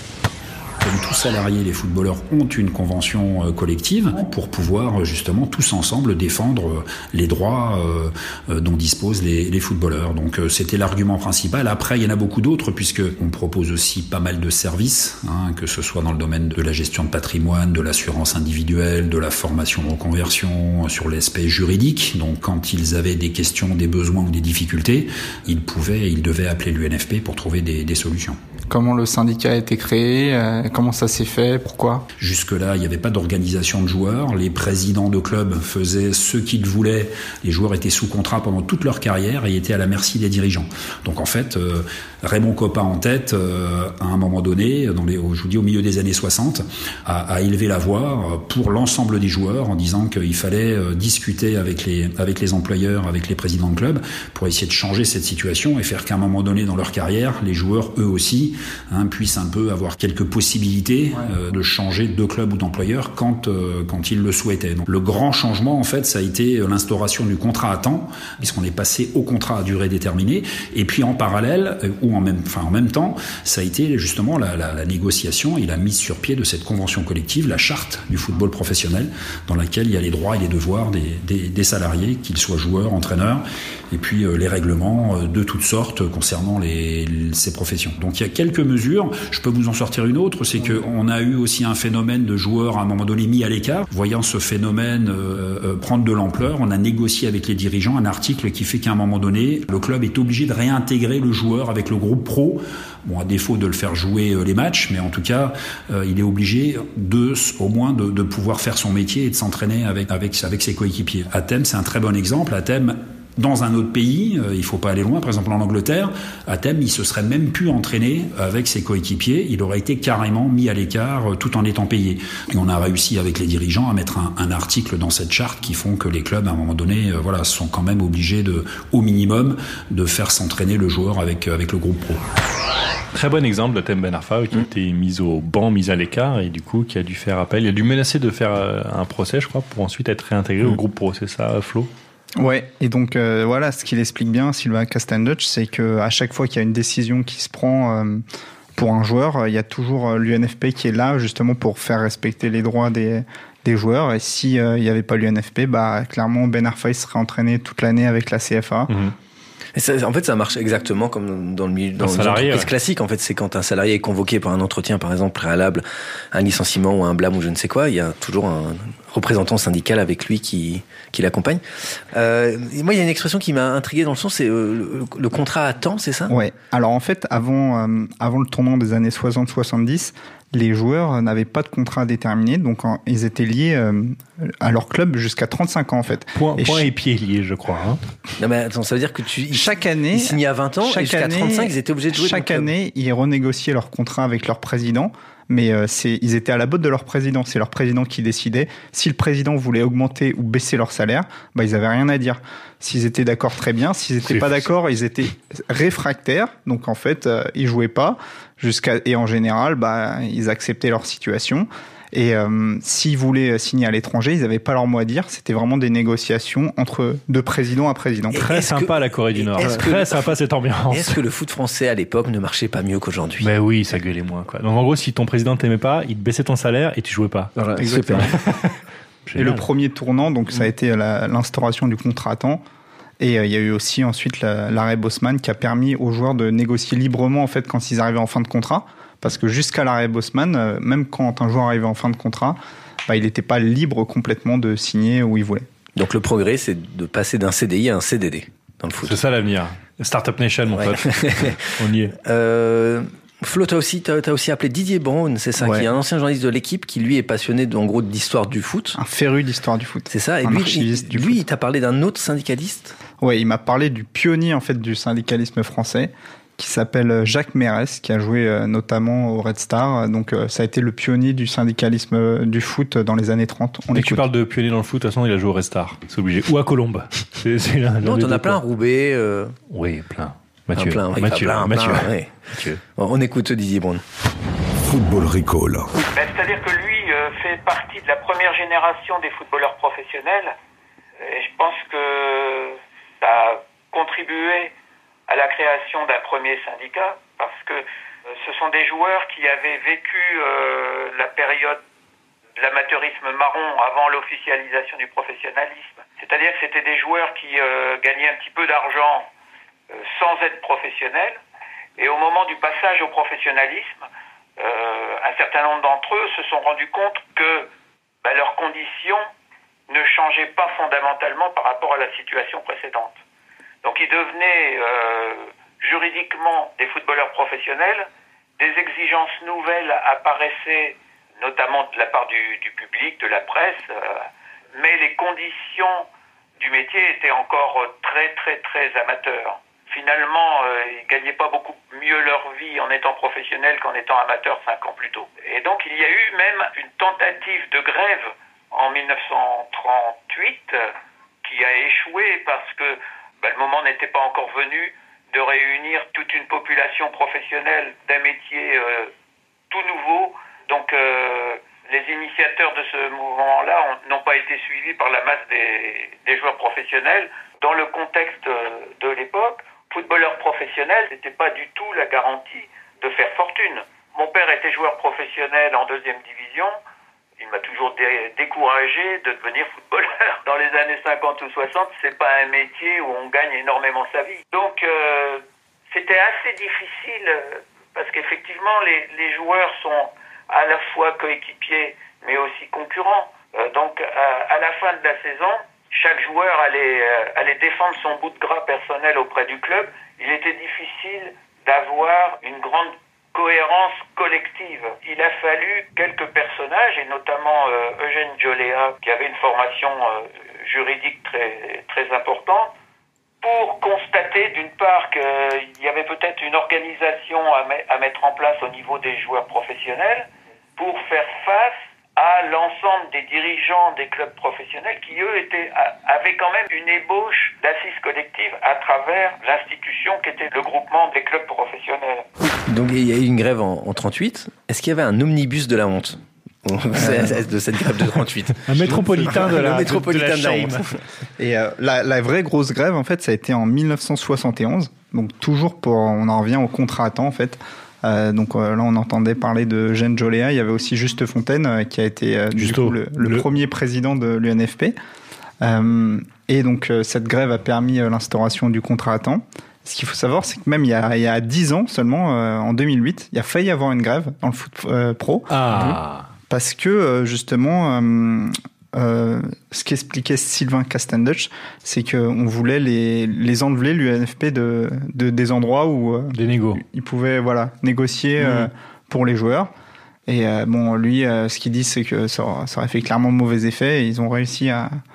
Comme tous salariés, les footballeurs ont une convention collective pour pouvoir justement tous ensemble défendre les droits dont disposent les, les footballeurs. Donc c'était l'argument principal. Après, il y en a beaucoup d'autres puisque on propose aussi pas mal de services, hein, que ce soit dans le domaine de la gestion de patrimoine, de l'assurance individuelle, de la formation reconversion, sur l'aspect juridique. Donc quand ils avaient des questions, des besoins ou des difficultés, ils pouvaient, ils devaient appeler l'U N F P pour trouver des, des solutions. Comment le syndicat a été créé, euh, comment ça s'est fait, pourquoi ? Jusque-là, il n'y avait pas d'organisation de joueurs. Les présidents de clubs faisaient ce qu'ils voulaient. Les joueurs étaient sous contrat pendant toute leur carrière et étaient à la merci des dirigeants. Donc en fait, euh, Raymond Kopa en tête, euh, à un moment donné, dans les, je vous dis au milieu des années soixante, a, a élevé la voix pour l'ensemble des joueurs en disant qu'il fallait euh, discuter avec les, avec les employeurs, avec les présidents de clubs pour essayer de changer cette situation et faire qu'à un moment donné dans leur carrière, les joueurs eux aussi Hein, puissent un peu avoir quelques possibilités euh, de changer de club ou d'employeur quand euh, quand ils le souhaitaient. Donc, le grand changement, en fait, ça a été l'instauration du contrat à temps, puisqu'on est passé au contrat à durée déterminée. Et puis en parallèle euh, ou en même, enfin en même temps, ça a été justement la, la, la négociation et la mise sur pied de cette convention collective, la charte du football professionnel, dans laquelle il y a les droits et les devoirs des, des, des salariés, qu'ils soient joueurs, entraîneurs, et puis euh, les règlements euh, de toutes sortes concernant les, les, ces professions. Donc il y a quelques mesures. Je peux vous en sortir une autre, c'est que on a eu aussi un phénomène de joueurs à un moment donné mis à l'écart. Voyant ce phénomène euh, euh, prendre de l'ampleur, on a négocié avec les dirigeants un article qui fait qu'à un moment donné, le club est obligé de réintégrer le joueur avec le groupe pro. Bon, à défaut de le faire jouer euh, les matchs, mais en tout cas, euh, il est obligé de, au moins, de, de pouvoir faire son métier et de s'entraîner avec avec avec ses coéquipiers. Athènes, c'est un très bon exemple. Athènes, dans un autre pays, euh, il faut pas aller loin, par exemple en Angleterre, à Thème, il se serait même pu entraîner avec ses coéquipiers, il aurait été carrément mis à l'écart euh, tout en étant payé. Et on a réussi avec les dirigeants à mettre un, un article dans cette charte qui font que les clubs, à un moment donné, euh, voilà, sont quand même obligés de, au minimum, de faire s'entraîner le joueur avec, euh, avec le groupe pro. Très bon exemple de Thème Ben Arfa qui a été mis au banc, mis à l'écart et du coup qui a dû faire appel, il a dû menacer de faire un procès, je crois, pour ensuite être réintégré mmh. au groupe pro, c'est ça, Flo ? Ouais, et donc euh, voilà, ce qu'il explique bien, Sylvain Castendutch, c'est que à chaque fois qu'il y a une décision qui se prend euh, pour un joueur, il y a toujours l'U N F P qui est là justement pour faire respecter les droits des des joueurs. Et si euh, il y avait pas l'U N F P, bah clairement Ben Arfa il serait entraîné toute l'année avec la C F A. Mmh. Et ça, en fait, ça marche exactement comme dans le milieu, dans l'entreprise ouais. classique. En fait, c'est quand un salarié est convoqué pour un entretien, par exemple, préalable, un licenciement ou un blâme ou je ne sais quoi, il y a toujours un représentant syndical avec lui qui, qui l'accompagne. Euh, et moi, il y a une expression qui m'a intrigué dans le sens, c'est euh, le, le contrat à temps, c'est ça ? Ouais. Alors, en fait, avant, euh, avant le tournant des années soixante soixante-dix, les joueurs n'avaient pas de contrat déterminé, donc en, ils étaient liés euh, à leur club jusqu'à trente-cinq ans en fait. Point et, point ch- et pied liés, je crois. Hein. Non mais attends, ça veut dire que tu chaque année, ils signaient à vingt ans et jusqu'à année, trente-cinq, ils étaient obligés de jouer. Chaque année, ils renégociaient leur contrat avec leur président. Mais euh, c'est, ils étaient à la botte de leur président. C'est leur président qui décidait. Si le président voulait augmenter ou baisser leur salaire, bah, ils avaient rien à dire. S'ils étaient d'accord, très bien. S'ils étaient c'est pas d'accord, ils étaient réfractaires. Donc, en fait, euh, ils jouaient pas. Jusqu'à, et en général, bah, ils acceptaient leur situation. Et euh, s'ils voulaient signer à l'étranger, ils n'avaient pas leur mot à dire. C'était vraiment des négociations entre de président à président. Et très sympa que, la Corée du Nord. Très le, sympa cette ambiance. Est-ce que le foot français à l'époque ne marchait pas mieux qu'aujourd'hui? Mais oui, ça gueulait moins, quoi. Donc en gros, si ton président t'aimait pas, il te baissait ton salaire et tu jouais pas. Voilà, exactement. Et le premier tournant, donc, ça a été la, l'instauration du contrat à temps. Et euh, il y a eu aussi ensuite la, l'arrêt Bosman qui a permis aux joueurs de négocier librement en fait quand ils arrivaient en fin de contrat. Parce que jusqu'à l'arrêt Bosman, euh, même quand un joueur arrivait en fin de contrat, bah, il n'était pas libre complètement de signer où il voulait. Donc le progrès, c'est de passer d'un C D I à un C D D dans le foot. C'est ça l'avenir. Startup Nation, mon ouais. pote. On y est. Euh, Flo, t'as aussi, t'as, t'as aussi appelé Didier Braun, c'est ça, ouais. qui est un ancien journaliste de l'équipe qui lui est passionné en gros d'histoire du foot. Un féru d'histoire du foot. C'est ça. Et un lui, archiviste il, du lui, foot. il t'a parlé d'un autre syndicaliste. Ouais, il m'a parlé du pionnier en fait du syndicalisme français, qui s'appelle Jacques Mérès, qui a joué euh, notamment au Red Star. Donc euh, ça a été le pionnier du syndicalisme euh, du foot dans les années trente. On Dès que tu parles de pionnier dans le foot, de toute façon, il a joué au Red Star. C'est obligé. Ou à Colombe. C'est, c'est là, non, t'en as plein, Roubaix. Euh... Oui, plein. Mathieu. Plein, oui, Mathieu. Plein, Mathieu. Plein, ouais. Mathieu. Bon, on écoute Didier Braun. Football Recall. Ben, c'est-à-dire que lui euh, fait partie de la première génération des footballeurs professionnels. Et je pense que ça a contribué à la création d'un premier syndicat, parce que euh, ce sont des joueurs qui avaient vécu euh, la période de l'amateurisme marron avant l'officialisation du professionnalisme. C'est-à-dire que c'était des joueurs qui euh, gagnaient un petit peu d'argent euh, sans être professionnels, et au moment du passage au professionnalisme, euh, un certain nombre d'entre eux se sont rendus compte que bah, leurs conditions ne changeaient pas fondamentalement par rapport à la situation précédente. Donc ils devenaient euh, juridiquement des footballeurs professionnels, des exigences nouvelles apparaissaient notamment de la part du, du public, de la presse, euh, mais les conditions du métier étaient encore très très très amateurs. Finalement, euh, ils gagnaient pas beaucoup mieux leur vie en étant professionnels qu'en étant amateurs cinq ans plus tôt. Et donc il y a eu même une tentative de grève en dix-neuf cent trente-huit euh, qui a échoué parce que ben, le moment n'était pas encore venu de réunir toute une population professionnelle d'un métier euh, tout nouveau. Donc euh, les initiateurs de ce mouvement-là ont, n'ont pas été suivis par la masse des, des joueurs professionnels. Dans le contexte de l'époque, footballeur professionnel, c'était pas du tout la garantie de faire fortune. Mon père était joueur professionnel en deuxième division. Il m'a toujours dé- découragé de devenir footballeur. Dans les années cinquante ou soixante, c'est pas un métier où on gagne énormément sa vie. Donc, euh, c'était assez difficile euh, parce qu'effectivement, les, les joueurs sont à la fois coéquipiers, mais aussi concurrents. Euh, donc, à, à la fin de la saison, chaque joueur allait, euh, allait défendre son bout de gras personnel auprès du club. Il était difficile d'avoir une grande cohérence collective. Il a fallu quelques personnages, et notamment euh, Eugène Joléa, qui avait une formation euh, juridique très, très importante, pour constater d'une part qu'il y avait peut-être une organisation à, me- à mettre en place au niveau des joueurs professionnels pour faire face à l'ensemble des dirigeants des clubs professionnels qui, eux, étaient, avaient quand même une ébauche d'assises collectives à travers l'institution qui était le groupement des clubs professionnels. Donc il y a eu une grève en, en trente-huit. Est-ce qu'il y avait un omnibus de la honte de cette grève de trente-huit? Un métropolitain de la, métropolitain de, de la, de la honte. Et euh, la, la vraie grosse grève, en fait, ça a été en dix-neuf cent soixante et onze. Donc toujours pour, on en revient au contrat à temps, en fait. Euh, donc euh, là, on entendait parler de Eugène Joléa. Il y avait aussi Juste Fontaine, euh, qui a été euh, du coup, le, le, le premier président de l'U N F P. Euh, et donc euh, cette grève a permis euh, l'instauration du contrat à temps. Ce qu'il faut savoir, c'est que même il y a, il y a dix ans seulement, euh, en deux mille huit, il y a failli avoir une grève dans le foot euh, pro. Ah. Parce que euh, justement, euh, euh, ce qu'expliquait Sylvain Castenduch, c'est qu'on voulait les, les enlever, l'U N F P, de, de, des endroits où euh, des négos. Ils pouvaient voilà, négocier mmh. euh, pour les joueurs. Et euh, bon, lui, euh, ce qu'il dit, c'est que ça, ça aurait fait clairement mauvais effet. Et ils ont réussi à,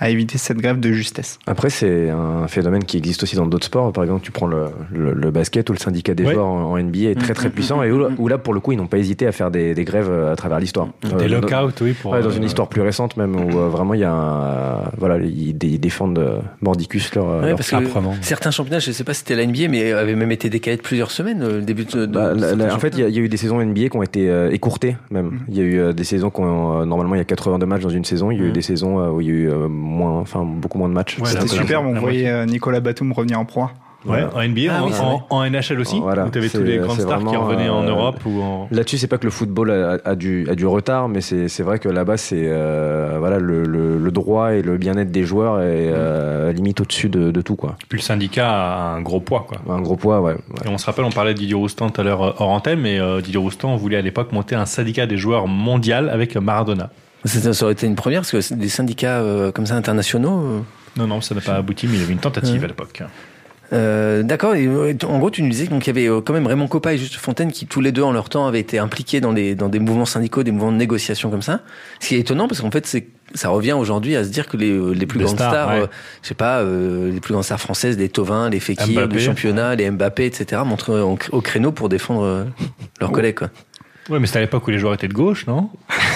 à éviter cette grève de justesse. Après, c'est un phénomène qui existe aussi dans d'autres sports. Par exemple, tu prends le, le, le basket où le syndicat des ouais. joueurs en, en N B A est très très puissant et où, où là, pour le coup, ils n'ont pas hésité à faire des, des grèves à travers l'histoire. Des euh, lockouts, oui. Pour, ouais, dans une euh, histoire plus récente même où euh, vraiment il y a un, voilà, ils, ils défendent euh, mordicus leur, ouais, leur parce que certains championnats, je ne sais pas si c'était la N B A, mais avaient même été décalés de plusieurs semaines. Le début de, de bah, la, la, en fait, il y, y a eu des saisons N B A qui ont été euh, écourtées même. Il y a eu euh, des saisons qui ont euh, normalement il y a quatre-vingt-deux matchs dans une saison. Il y a eu mmh. des saisons euh, où il y a eu euh, moins, enfin beaucoup moins de matchs. Ouais, c'était super. On voyait euh, Nicolas Batum revenir en proie. Ouais, en N B A, ah, en, oui, en, en N H L aussi, voilà, où tu avais tous les grandes stars qui revenaient en Europe. Euh, ou en... Là-dessus, c'est pas que le football a, a, du, a du retard, mais c'est, c'est vrai que là-bas, c'est euh, voilà, le, le, le droit et le bien-être des joueurs est euh, limite au-dessus de, de tout. Quoi. Puis le syndicat a un gros poids. Quoi. Un gros poids, ouais. ouais. Et on se rappelle, on parlait de Didier Roustan tout à l'heure hors antenne, mais euh, Didier Roustan voulait à l'époque monter un syndicat des joueurs mondial avec Maradona. Ça, ça aurait été une première, parce que des syndicats euh, comme ça internationaux... Euh... Non, non, ça n'a pas abouti, mais il y avait une tentative ouais. à l'époque. Euh, d'accord. Et, en gros, tu nous disais qu'il y avait quand même Raymond Kopa et Juste Fontaine qui, tous les deux, en leur temps, avaient été impliqués dans des, dans des mouvements syndicaux, des mouvements de négociation comme ça. Ce qui est étonnant, parce qu'en fait, c'est, ça revient aujourd'hui à se dire que les, les plus des grandes stars, stars ouais. euh, je sais pas, euh, les plus grandes stars françaises, les Thauvin, les Fekir du championnat, les Mbappé, et cetera, montrent au, au créneau pour défendre euh, leurs collègues, quoi. Ouais, mais c'était à l'époque où les joueurs étaient de gauche, non?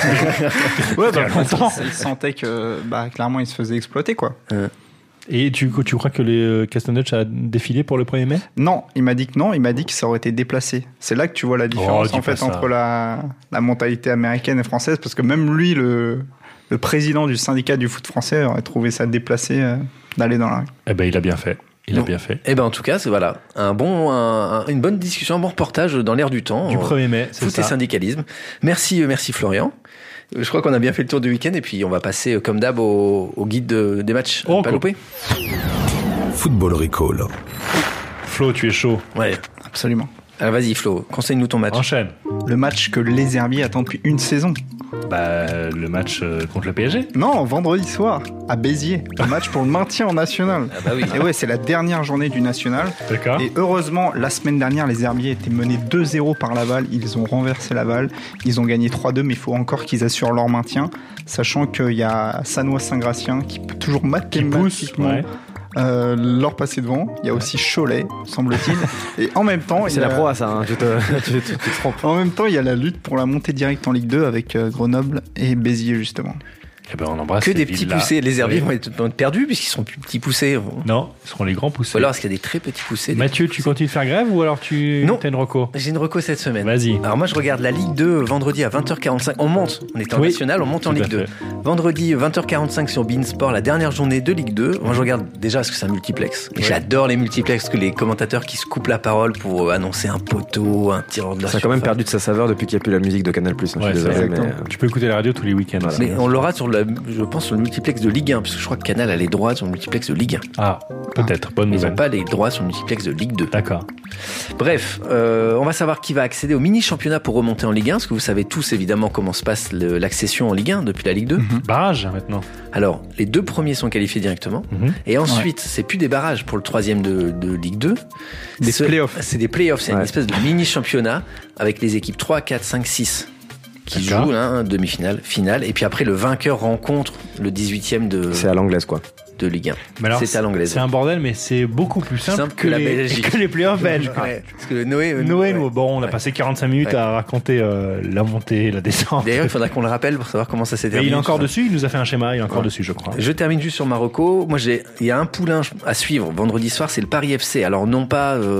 Ouais, bah, ils sentaient que, bah, clairement, ils se faisaient exploiter, quoi. Euh. Et tu, tu crois que les euh, Castagnetch a défilé pour le premier mai? Non, il m'a dit que non, il m'a dit que ça aurait été déplacé. C'est là que tu vois la différence oh, en fait entre la, la mentalité américaine et française, parce que même lui, le, le président du syndicat du foot français, aurait trouvé ça déplacé euh, d'aller dans la rue. Eh ben, il a bien fait. Il bon. a bien fait. Eh ben, en tout cas, c'est voilà un bon, un, un, une bonne discussion, un bon reportage dans l'air du temps. Du premier mai, c'est foot ça. Foot et syndicalisme. Merci, merci Florian. Je crois qu'on a bien fait le tour du week-end et puis on va passer comme d'hab au, au guide de, des matchs. Oh, pas loupé. Football Recall. Flo, tu es chaud. Ouais, absolument. Alors vas-y Flo, conseille-nous ton match. Enchaîne. Le match que les Herbiers attendent depuis une saison. Bah, le match contre le P S G. Non, vendredi soir, à Béziers. Le match pour le maintien en national. Ah bah oui. Et ouais, c'est la dernière journée du national. D'accord. Et heureusement, la semaine dernière, les Herbiers étaient menés deux zéro par Laval. Ils ont renversé Laval. Ils ont gagné trois deux, mais il faut encore qu'ils assurent leur maintien. Sachant qu'il y a Sanois Saint-Gratien qui peut toujours mathématiquement... Ouais. Euh, leur passer devant. Il y a aussi Cholet, semble-t-il. Et en même temps, c'est la proie, ça. Hein. Tu, te, tu, te, tu te trompes. En même temps, il y a la lutte pour la montée directe en Ligue deux avec euh, Grenoble et Béziers justement. Eh ben on embrasse que des petits poussés. Les Herbiers oui. vont être perdus puisqu'ils sont plus petits poussés. Non, ils seront les grands poussés. Ou alors est-ce qu'il y a des très petits poussés? Mathieu, tu continues de faire grève ou alors tu non. as une reco? J'ai une reco cette semaine. Vas-y. Alors moi je regarde la Ligue deux vendredi à vingt heures quarante-cinq. On monte, on est en oui. national, on monte en Ligue deux. Vendredi vingt heures quarante-cinq sur beIN Sport, la dernière journée de Ligue deux. Moi je regarde déjà parce que c'est un multiplex. Et ouais. J'adore les multiplex, parce que les commentateurs qui se coupent la parole pour annoncer un poteau, un tireur de la Ça a quand même perdu de sa saveur depuis qu'il n'y a plus la musique de Canal+. Hein, ouais, désolé, mais... Tu peux écouter la radio tous les week-ends. Voilà. Mais on l'aura sur, la, je pense, sur le multiplex de Ligue un, parce que je crois que Canal a les droits sur le multiplex de Ligue un. Ah, peut-être, bonne nouvelle. Ils n'ont pas les droits sur le multiplex de Ligue deux. D'accord. Bref, euh, on va savoir qui va accéder au mini-championnat pour remonter en Ligue un, parce que vous savez tous évidemment comment se passe le, l'accession en Ligue un depuis la Ligue deux. Mm-hmm. Barrage maintenant. Alors, les deux premiers sont qualifiés directement, mm-hmm. et ensuite, ouais. c'est plus des barrages pour le troisième de, de Ligue deux. Des ce, playoffs. C'est des playoffs, c'est ouais. une espèce de mini-championnat avec les équipes trois, quatre, cinq, six qui D'accord. jouent, hein, demi-finale, finale, et puis après le vainqueur rencontre le dix-huitième de... C'est à l'anglaise, quoi. De Ligue un. Mais alors, c'est à l'anglaise. C'est un bordel, mais c'est beaucoup plus simple, simple que, que, la les, que les playoffs belges. Ouais, parce que Noé, euh, Noé, ouais. bon, on a ouais. passé quarante-cinq minutes ouais. à raconter euh, la montée, la descente. D'ailleurs, il faudra qu'on le rappelle pour savoir comment ça s'est terminé. Et il est encore dessus, il nous a fait un schéma, il est encore ouais. dessus, je crois. Je termine juste sur Marocco. Moi, j'ai, il y a un poulain à suivre vendredi soir, c'est le Paris F C. Alors, non pas, euh,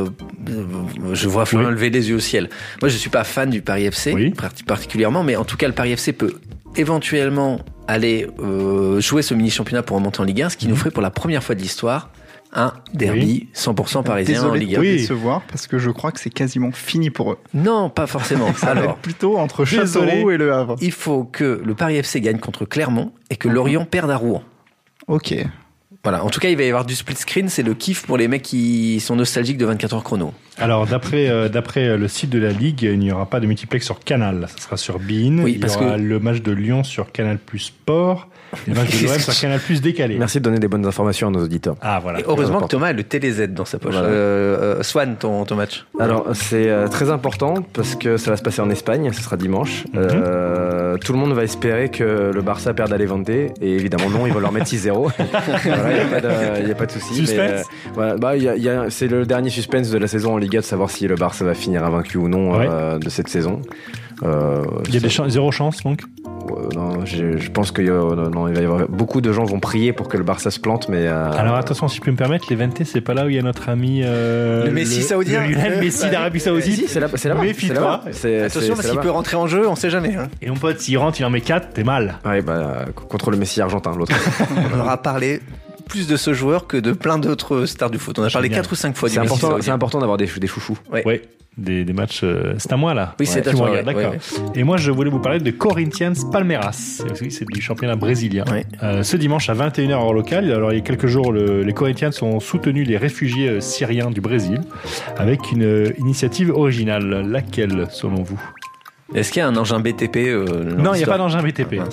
je vois Florian oui. lever les yeux au ciel. Moi, je suis pas fan du Paris F C, oui. particulièrement, mais en tout cas, le Paris F C peut éventuellement aller euh, jouer ce mini-championnat pour remonter en Ligue un, ce qui mmh. nous ferait pour la première fois de l'histoire un derby oui. cent pour cent parisien Désolé en Ligue un. Désolé de décevoir, parce que je crois que c'est quasiment fini pour eux. Non, pas forcément. Ça Alors, va être plutôt entre Châteauroux et Le Havre. Il faut que le Paris F C gagne contre Clermont et que mmh. Lorient perde à Rouen. Ok. Voilà, en tout cas, il va y avoir du split screen, c'est le kiff pour les mecs qui sont nostalgiques de vingt-quatre heures chrono. Alors, d'après, euh, d'après le site de la Ligue, il n'y aura pas de multiplex sur Canal. Ça sera sur beIN. Oui, il y parce aura que... le match de Lyon sur Canal Plus Sport. Et le match de l'O M sur Canal Plus décalé. Merci de donner des bonnes informations à nos auditeurs. Ah, voilà. Et heureusement que Thomas a le T Z dans sa poche. Voilà. Euh, euh, Swan, ton, ton match. Alors, c'est euh, très important parce que ça va se passer en Espagne, ce sera dimanche. Mm-hmm. Euh, tout le monde va espérer que le Barça perde à Levante. Et évidemment, non, ils vont leur mettre six zéro. Voilà, il n'y a, a pas de souci. Suspense. Mais, euh, voilà, bah, y a, y a, c'est le dernier suspense de la saison en Liga de savoir si le Barça va finir invaincu ou non ouais. euh, de cette saison. Euh, il y a des ch- zéro chance donc euh, non, je, je pense qu'il y a, non, il va y avoir beaucoup de gens vont prier pour que le Barça se plante, mais euh... alors attention, si je peux me permettre, Levante, c'est pas là où il y a notre ami euh, le Messi le, saoudien, le Lionel Messi d'Arabie Saoudite. Si, c'est là, c'est là-bas. Méfie-toi. C'est, attention c'est, parce c'est qu'il là-bas. peut rentrer en jeu, on sait jamais. Hein. Et mon pote, s'il rentre, il en met quatre, t'es mal. Ouais, bah contre le Messi argentin, l'autre. On aura parlé plus de ce joueur que de plein d'autres stars du foot. On a parlé quatre ou cinq fois c'est du important, Messi. C'est important d'avoir des, des chouchous. Ouais. ouais. Des, des matchs. Euh, c'est à moi là. Oui, c'est ouais, à toi. Ouais, ouais, d'accord. ouais, ouais. Et moi, je voulais vous parler de Corinthians Palmeiras. Oui, c'est du championnat brésilien. Ouais. Euh, ce dimanche à vingt et une heures heure locale. Alors, il y a quelques jours, le, les Corinthians ont soutenu les réfugiés euh, syriens du Brésil avec une euh, initiative originale. Laquelle, selon vous? Est-ce qu'il y a un engin B T P euh, Non, il n'y a pas d'engin B T P.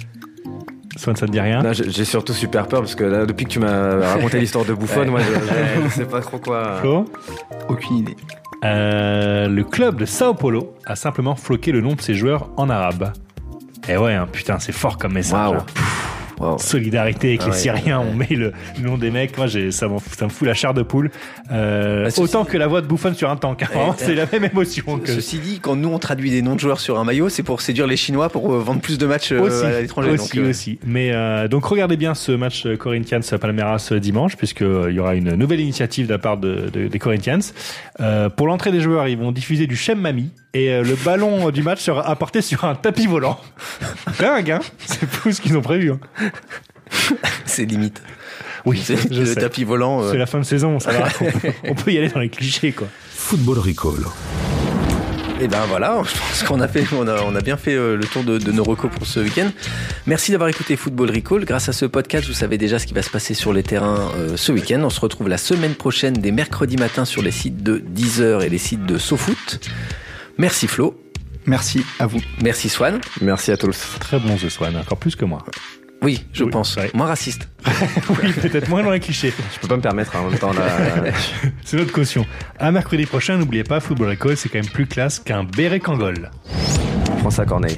Soit ça ne dit rien. Non, j'ai, j'ai surtout super peur parce que là, depuis que tu m'as raconté l'histoire de Buffon, ouais. moi, je, je, je sais pas trop quoi. Flo ? Aucune idée. Euh, le club de Sao Paulo a simplement floqué le nom de ses joueurs en arabe. Et ouais, hein, putain, c'est fort comme message. Wow. Hein. Wow. Solidarité avec ah les ouais, Syriens, ouais. On met le, le nom des mecs. Moi, j'ai, ça, ça me fout la chair de poule. Euh, bah, autant que la voix de Buffon sur un tank. Hein. Vraiment, c'est la même émotion. Que... Ceci dit, quand nous on traduit des noms de joueurs sur un maillot, c'est pour séduire les Chinois pour vendre plus de matchs aussi, à l'étranger. Aussi, donc, euh... aussi. Mais euh, donc regardez bien ce match Corinthians Palmeiras dimanche, puisqu'il euh, y aura une nouvelle initiative de la part de, de, des Corinthians. Euh, pour l'entrée des joueurs, ils vont diffuser du Shem Mami et euh, le ballon du match sera apporté sur un tapis volant. Dingue, hein. C'est fou ce qu'ils ont prévu. Hein. C'est limite. Oui, c'est je le sais. tapis volant. Euh... C'est la fin de saison, ça va. on, peut, on peut y aller dans les clichés, quoi. Football Recall. Et ben voilà, je pense qu'on a fait, on a, on a bien fait le tour de, de nos recos pour ce week-end. Merci d'avoir écouté Football Recall. Grâce à ce podcast, vous savez déjà ce qui va se passer sur les terrains euh, ce week-end. On se retrouve la semaine prochaine, dès mercredi matin, sur les sites de Deezer et les sites de SoFoot. Merci Flo. Merci à vous. Merci Swan. Merci à tous. Très bon ce Swan, encore plus que moi. Oui, je oui, pense. Ouais. Moins raciste. Oui, peut-être moins dans les clichés. Je peux pas me permettre hein, en même temps. Là... c'est notre caution. À mercredi prochain, n'oubliez pas, Football Recall, c'est quand même plus classe qu'un béret Kangol. François Corneille.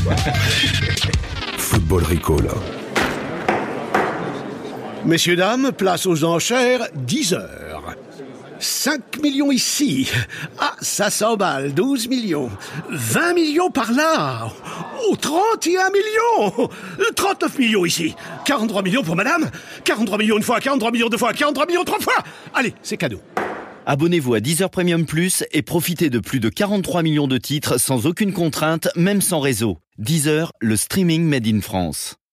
Football Recall. Messieurs, dames, place aux enchères, dix heures. cinq millions ici. Ah, ça s'emballe, douze millions. vingt millions par là. Oh, trente et un millions. trente-neuf millions ici. quarante-trois millions pour madame. quarante-trois millions une fois, quarante-trois millions deux fois, quarante-trois millions trois fois. Allez, c'est cadeau. Abonnez-vous à Deezer Premium Plus et profitez de plus de quarante-trois millions de titres sans aucune contrainte, même sans réseau. Deezer, le streaming made in France.